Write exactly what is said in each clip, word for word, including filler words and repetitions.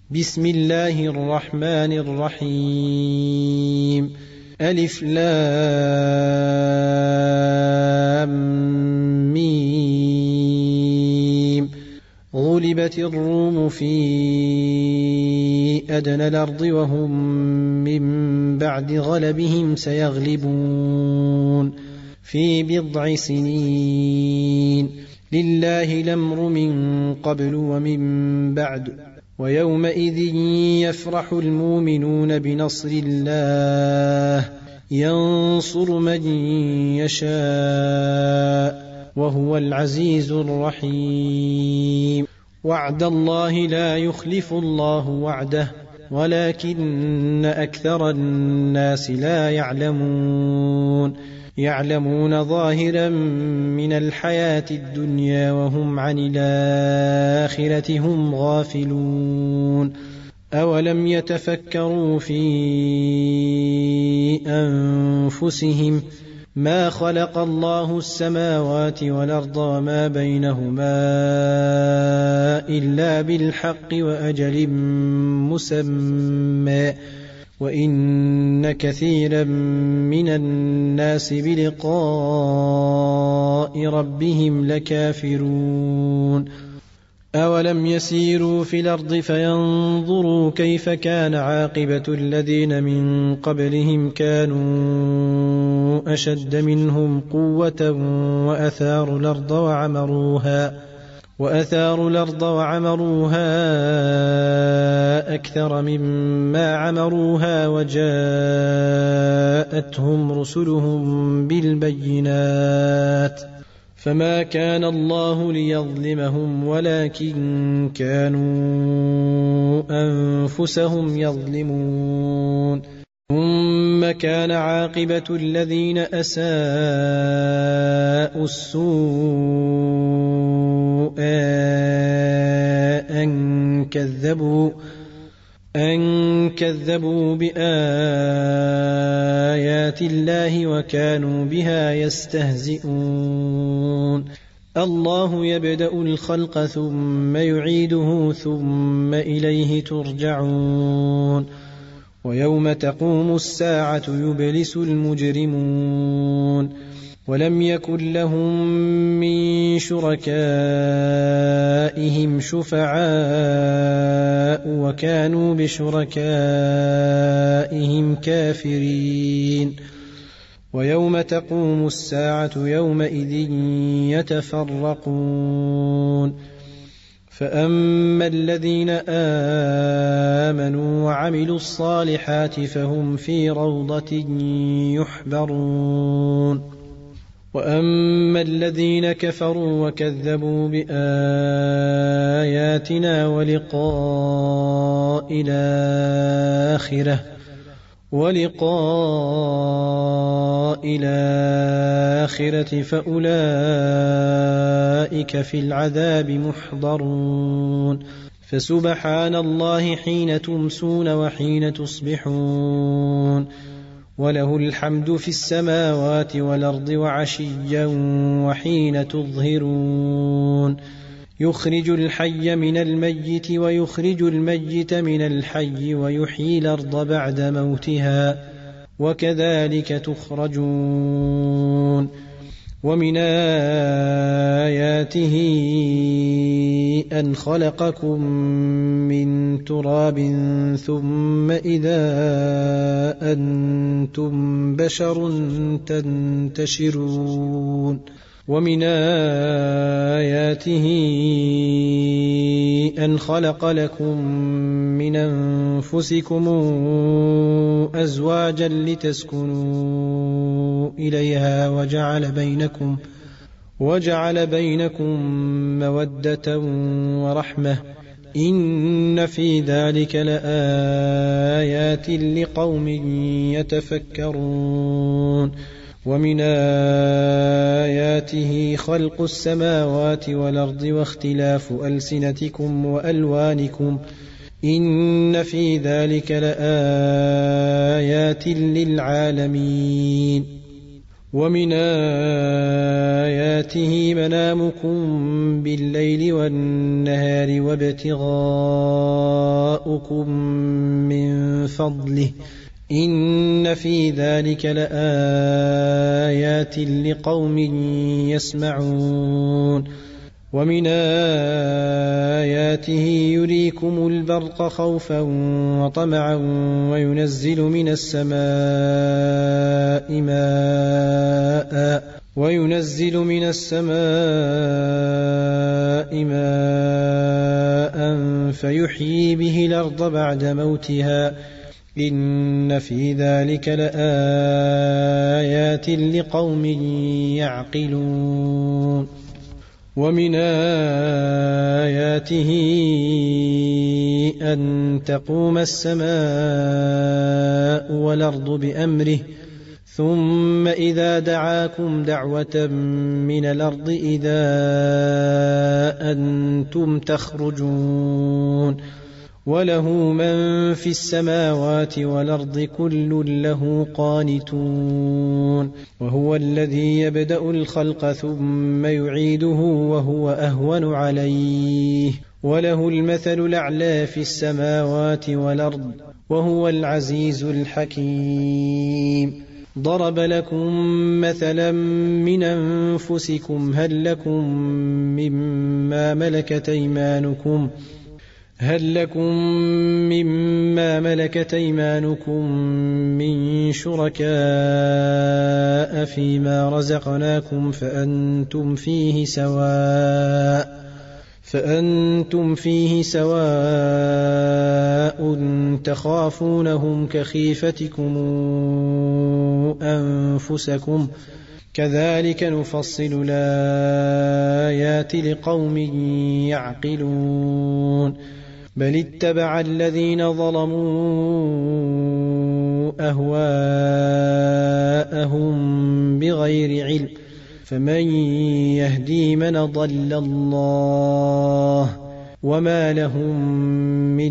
بسم الله الرحمن الرحيم. ألف لام ميم. غلبت الروم في أدنى الأرض وهم من بعد غلبهم سيغلبون في بضع سنين. لله الأمر من قبل ومن بعد ويومئذ يفرح المؤمنون بنصر الله ينصر من يشاء وهو العزيز الرحيم. وعد الله لا يخلف الله وعده ولكن أكثر الناس لا يعلمون. يعلمون ظاهرا من الحياة الدنيا وهم عن الآخرة هم غافلون. أولم يتفكروا في أنفسهم ما خلق الله السماوات والأرض وما بينهما إلا بالحق وأجل مسمى وإن كثيرا من الناس بلقاء ربهم لكافرون. أولم يسيروا في الأرض فينظروا كيف كان عاقبة الذين من قبلهم كانوا أشد منهم قوة وأثاروا الأرض وعمروها وأثاروا الأرض وعمروها أكثر مما عمروها وجاءتهم رسلهم بالبينات فما كان الله ليظلمهم ولكن كانوا أنفسهم يظلمون. ثم كان عاقبة الذين أساءوا السوء أن كذبوا أن كذبوا بآيات الله وكانوا بها يستهزئون. الله يبدأ الخلق ثم يعيده ثم إليه ترجعون. ويوم تقوم الساعة يبلس المجرمون ولم يكن لهم من شركائهم شفعاء وكانوا بشركائهم كافرين. ويوم تقوم الساعة يومئذ يتفرقون. فأما الذين آمنوا وعملوا الصالحات فهم في روضة يحبرون. وأما الذين كفروا وكذبوا بآياتنا ولقاء الآخرة ولقاء الآخرة فأولئك في العذاب محضرون. فسبحان الله حين تمسون وحين تصبحون وله الحمد في السماوات والأرض وعشيا وحين تظهرون. يخرج الحي من الميت ويخرج الميت من الحي ويحيي الأرض بعد موتها وكذلك تخرجون. ومن آياته أن خلقكم من تراب ثم إذا أنتم بشر تنتشرون. ومن آياته أن خلق لكم من أنفسكم أزواجا لتسكنوا إليها وجعل بينكم وجعل بينكم مودة ورحمة إن في ذلك لآيات لقوم يتفكرون. ومن آياته خلق السماوات والأرض واختلاف ألسنتكم وألوانكم إن في ذلك لآيات للعالمين. ومن آياته منامكم بالليل والنهار وابتغاؤكم ربكم من فضله إن في ذلك لآيات لقوم يسمعون ومن آياته يريكم البرق خوفا وطمعا وينزل من السماء ماء وينزل من السماء ماء فيحيي به الأرض بعد موتها إن في ذلك لآيات لقوم يعقلون ومن آياته أن تقوم السماء والأرض بأمره ثم إذا دعاكم دعوة من الأرض إذا أنتم تخرجون وله من في السماوات والأرض كل له قانتون وهو الذي يبدأ الخلق ثم يعيده وهو أهون عليه وله المثل الأعلى في السماوات والأرض وهو العزيز الحكيم ضرب لكم مثلا من أنفسكم هل لكم مما ملكت أيمانكم هل لكم مما ملكت أيمانكم من شركاء فيما رزقناكم فأنتم فيه سواء فأنتم فيه سواء تخافونهم كخيفتكم أنفسكم كذلك نفصل الآيات لقوم يعقلون بل اتبع الذين ظلموا أهواءهم بغير علم فمن يهدي من ضل الله وما لهم من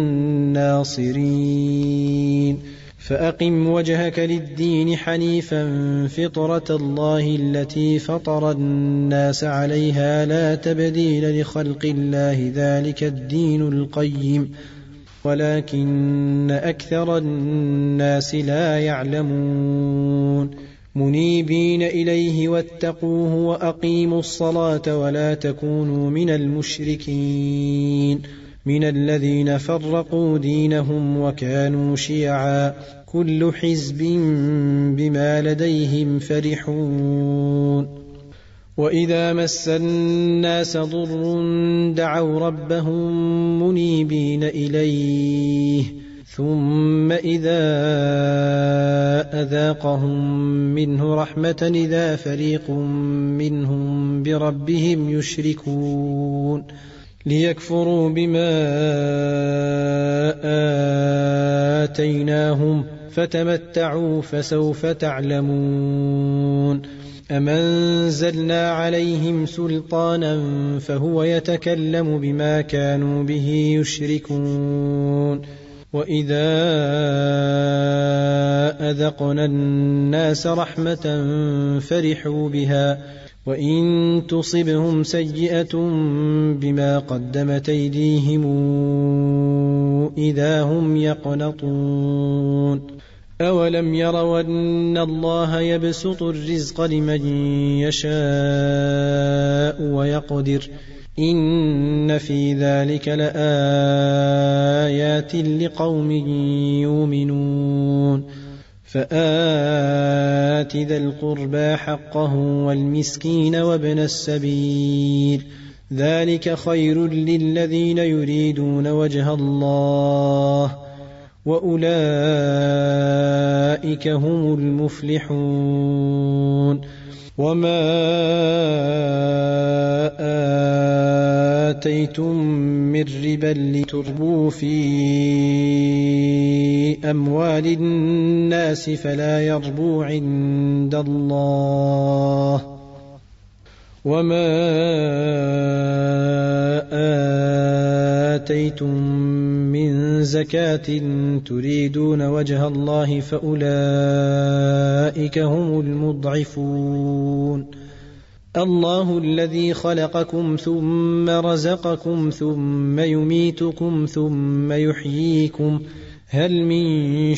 ناصرين فأقم وجهك للدين حنيفا فطرة الله التي فطر الناس عليها لا تبديل لخلق الله ذلك الدين القيم ولكن أكثر الناس لا يعلمون منيبين إليه واتقوه وأقيموا الصلاة ولا تكونوا من المشركين من الذين فرقوا دينهم وكانوا شيعا كل حزب بما لديهم فرحون وإذا مس الناس ضر دعوا ربهم منيبين إليه ثم إذا أذاقهم منه رحمة إذا فريق منهم بربهم يشركون ليكفروا بما آتيناهم فتمتعوا فسوف تعلمون أم أنزلنا عليهم سلطانا فهو يتكلم بما كانوا به يشركون وإذا أذقنا الناس رحمة فرحوا بها وإن تصبهم سيئة بما قدمت أيديهم إذا هم يقنطون أولم يروا أن الله يبسط الرزق لمن يشاء ويقدر إن في ذلك لآيات لقوم يؤمنون فآت ذا القربى حقه والمسكين وابن السبيل ذلك خير للذين يريدون وجه الله وأولئك هم المفلحون وما آتيتم من ربا لتربوا في أموال الناس فلا يربو عند الله وما آتيتم من زكاة تريدون وجه الله فأولئك هم المضعفون الله الذي خلقكم ثم رزقكم ثم يميتكم ثم يحييكم هل من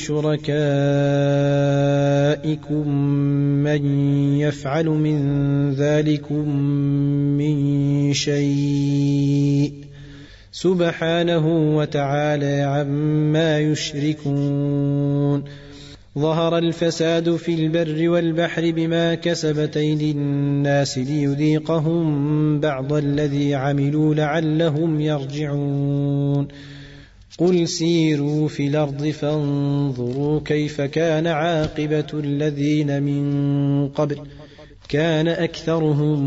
شركائكم من يفعل من ذلكم من شيء سبحانه وتعالى عما يشركون ظهر الفساد في البر والبحر بما كسبت أيدي الناس ليذيقهم بعض الذي عملوا لعلهم يرجعون قل سيروا في الأرض فانظروا كيف كان عاقبة الذين من قبل كان أكثرهم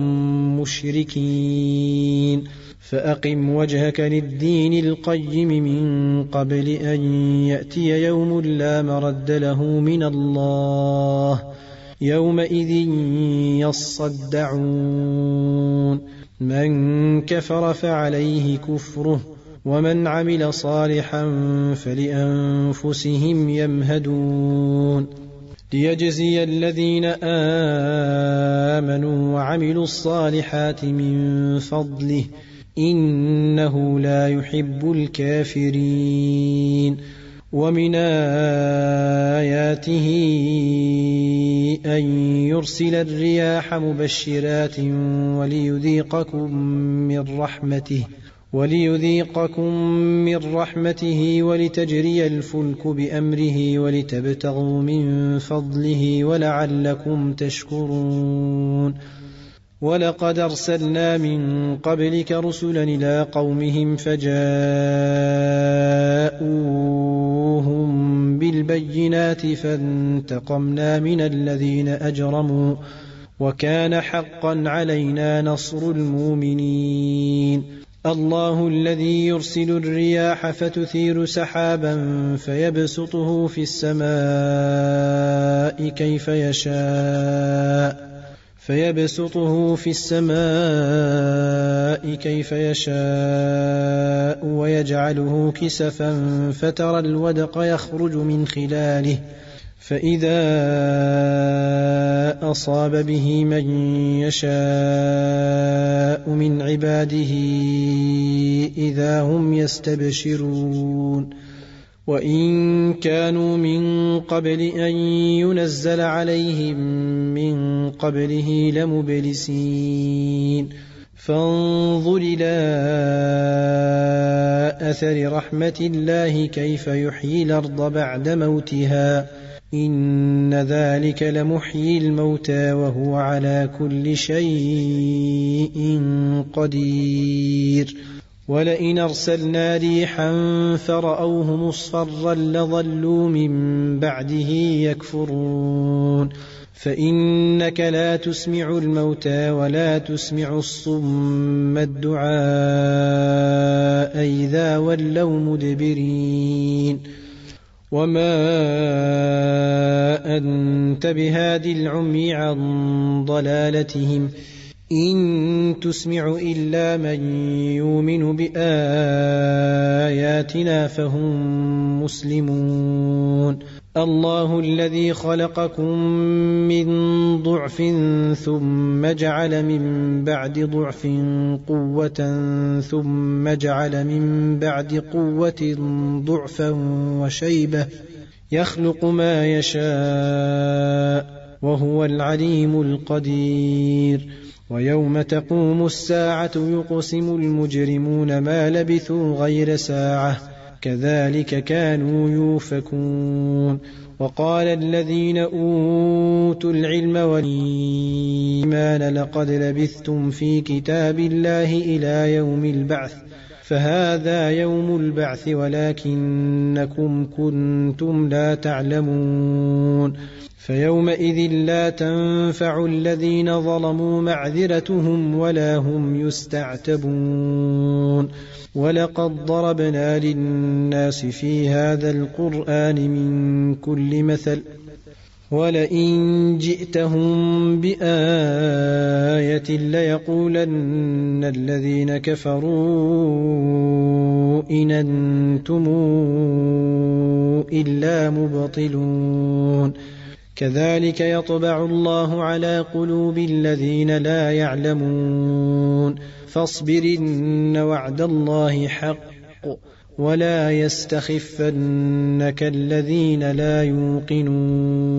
مشركين فأقم وجهك للدين القيم من قبل أن يأتي يوم لا مرد له من الله يومئذ يصدعون من كفر فعليه كفره ومن عمل صالحا فلأنفسهم يمهدون ليجزي الذين آمنوا وعملوا الصالحات من فضله إنه لا يحب الكافرين ومن آياته أن يرسل الرياح مبشرات وليذيقكم من رحمته وليذيقكم من رحمته ولتجري الفلك بأمره ولتبتغوا من فضله ولعلكم تشكرون ولقد أرسلنا من قبلك رسلا إلى قومهم فجاءوهم بالبينات فانتقمنا من الذين أجرموا وكان حقا علينا نصر المؤمنين الله الذي يرسل الرياح فتثير سحابا فيبسطه في السماء كيف يشاء فيبسطه في السماء كيف يشاء ويجعله كسفا فترى الودق يخرج من خلاله فإذا أصاب به من يشاء من عباده إذا هم يستبشرون وإن كانوا من قبل أن ينزل عليهم من قبله لمبلسين فانظر إلى أثر رحمة الله كيف يحيي الأرض بعد موتها إن ذلك لمحيي الموتى وهو على كل شيء قدير ولئن أرسلنا ريحا فرأوه مصفرا لظلوا من بعده يكفرون فإنك لا تسمع الموتى ولا تسمع الصم الدعاء إذا ولوا مدبرين وما أنت بهاد العمي عن ضلالتهم إن تسمع إلا من يؤمن بآياتنا فهم مسلمون الله الذي خلقكم من ضعف ثم جعل من بعد ضعف قوة ثم جعل من بعد قوة ضعفا وشيبة يخلق ما يشاء وهو العليم القدير ويوم تقوم الساعة يقسم المجرمون ما لبثوا غير ساعة كذلك كانوا يؤفكون وقال الذين أوتوا العلم والإيمان لقد لبثتم في كتاب الله إلى يوم البعث فهذا يوم البعث ولكنكم كنتم لا تعلمون فيومئذ لا تنفع الذين ظلموا معذرتهم ولا هم يستعتبون ولقد ضربنا للناس في هذا القرآن من كل مثل ولئن جئتهم بآية ليقولن الذين كفروا إن أنتم إلا مبطلون كذلك يطبع الله على قلوب الذين لا يعلمون فاصبر إن وعد الله حق ولا يستخفنك الذين لا يوقنون